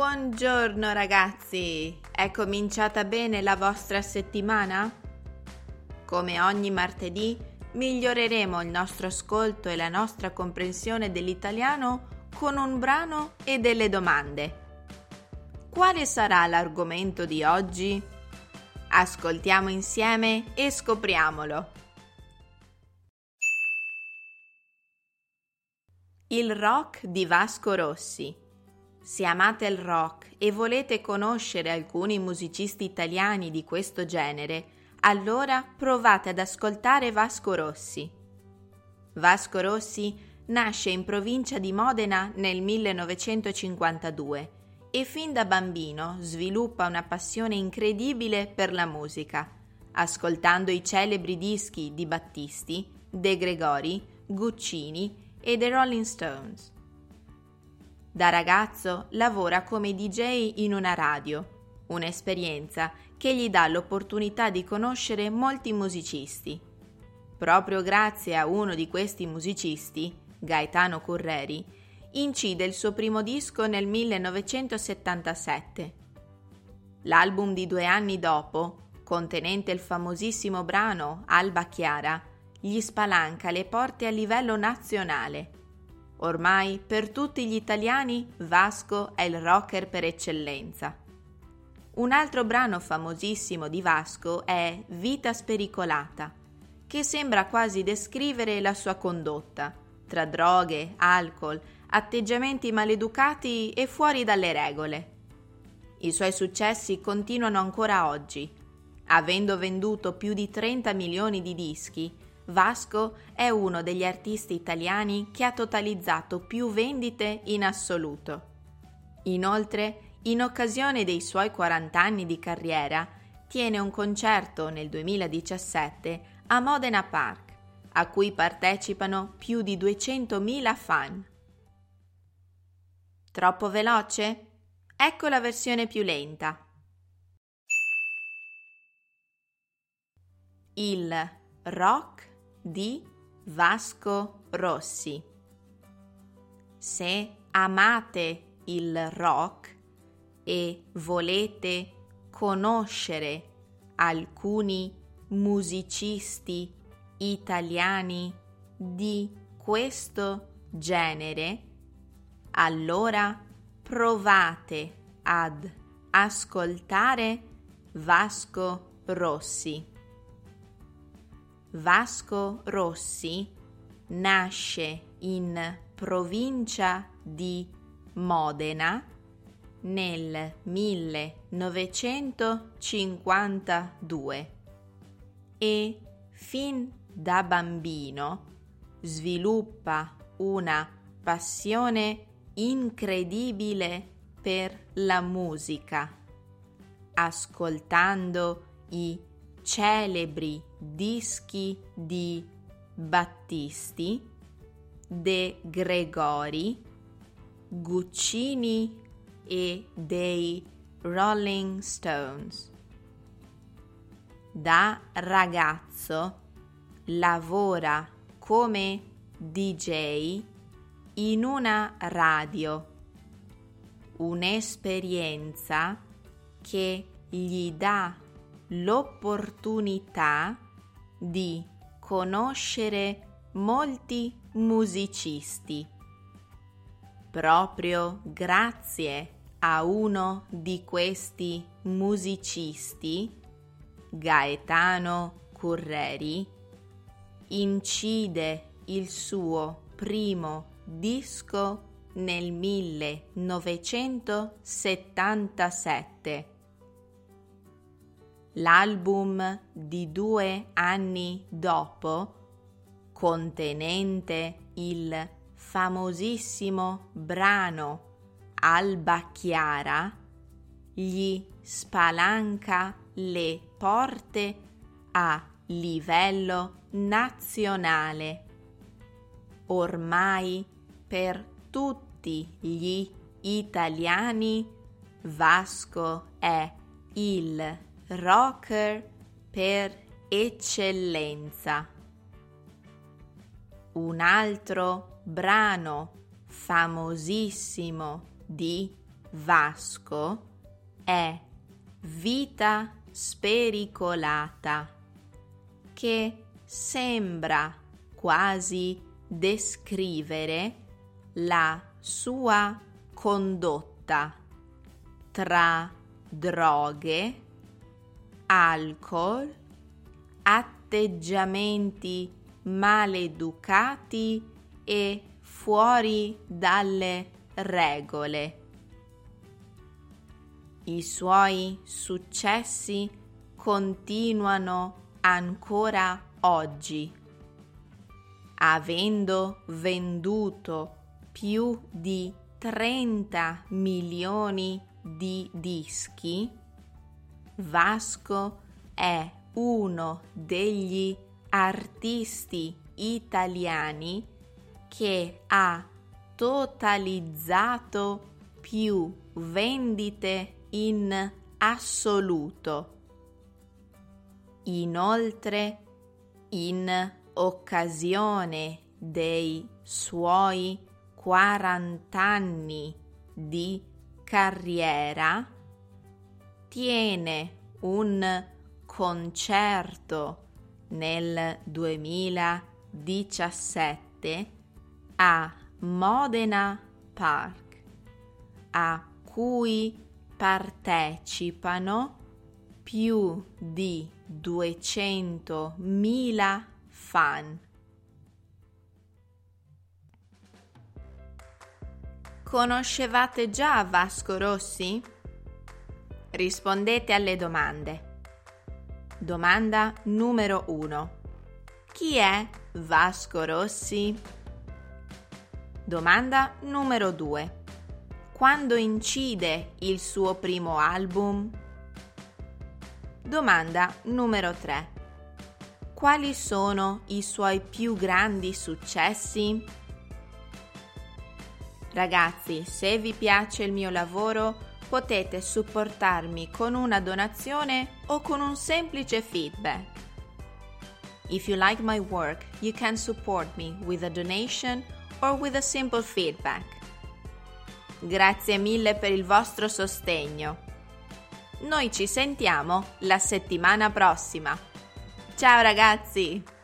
Buongiorno ragazzi, è cominciata bene la vostra settimana? Come ogni martedì miglioreremo il nostro ascolto e la nostra comprensione dell'italiano con un brano e delle domande. Quale sarà l'argomento di oggi? Ascoltiamo insieme e scopriamolo. Il rock di Vasco Rossi. Se amate il rock e volete conoscere alcuni musicisti italiani di questo genere, allora provate ad ascoltare Vasco Rossi. Vasco Rossi nasce in provincia di Modena nel 1952 e fin da bambino sviluppa una passione incredibile per la musica, ascoltando i celebri dischi di Battisti, De Gregori, Guccini e The Rolling Stones. Da ragazzo lavora come DJ in una radio, un'esperienza che gli dà l'opportunità di conoscere molti musicisti. Proprio grazie a uno di questi musicisti, Gaetano Correri, incide il suo primo disco nel 1977. L'album di 2 anni dopo, contenente il famosissimo brano Alba Chiara, gli spalanca le porte a livello nazionale. Ormai per tutti gli italiani Vasco è il rocker per eccellenza. Un altro brano famosissimo di Vasco è Vita spericolata, che sembra quasi descrivere la sua condotta, tra droghe, alcol, atteggiamenti maleducati e fuori dalle regole. I suoi successi continuano ancora oggi. Avendo venduto più di 30 milioni di dischi, Vasco è uno degli artisti italiani che ha totalizzato più vendite in assoluto. Inoltre, in occasione dei suoi 40 anni di carriera, tiene un concerto nel 2017 a Modena Park, a cui partecipano più di 200.000 fan. Troppo veloce? Ecco la versione più lenta. Il rock di Vasco Rossi. Se amate il rock e volete conoscere alcuni musicisti italiani di questo genere, allora provate ad ascoltare Vasco Rossi. Vasco Rossi nasce in provincia di Modena nel 1952 e fin da bambino sviluppa una passione incredibile per la musica, ascoltando i celebri dischi di Battisti, De Gregori, Guccini e dei Rolling Stones. Da ragazzo lavora come DJ in una radio, un'esperienza che gli dà l'opportunità di conoscere molti musicisti. Proprio grazie a uno di questi musicisti, Gaetano Correri, incide il suo primo disco nel 1977. L'album di 2 anni dopo, contenente il famosissimo brano Alba Chiara, gli spalanca le porte a livello nazionale. Ormai per tutti gli italiani Vasco è il rocker per eccellenza. Un altro brano famosissimo di Vasco è vita spericolata, che sembra quasi descrivere la sua condotta tra droghe, alcol, atteggiamenti maleducati e fuori dalle regole. I suoi successi continuano ancora oggi, avendo venduto più di 30 milioni di dischi. Vasco è uno degli artisti italiani che ha totalizzato più vendite in assoluto. Inoltre, in occasione dei suoi 40 anni di carriera, tiene un concerto nel 2017 a Modena Park, a cui partecipano più di 200.000 fan. Conoscevate già Vasco Rossi? Rispondete alle domande. Domanda numero 1. Chi è Vasco Rossi? Domanda numero 2. Quando incide il suo primo album? Domanda numero 3. Quali sono i suoi più grandi successi? Ragazzi, se vi piace il mio lavoro, potete supportarmi con una donazione o con un semplice feedback. If you like my work, you can support me with a donation or with a simple feedback. Grazie mille per il vostro sostegno. Noi ci sentiamo la settimana prossima. Ciao ragazzi!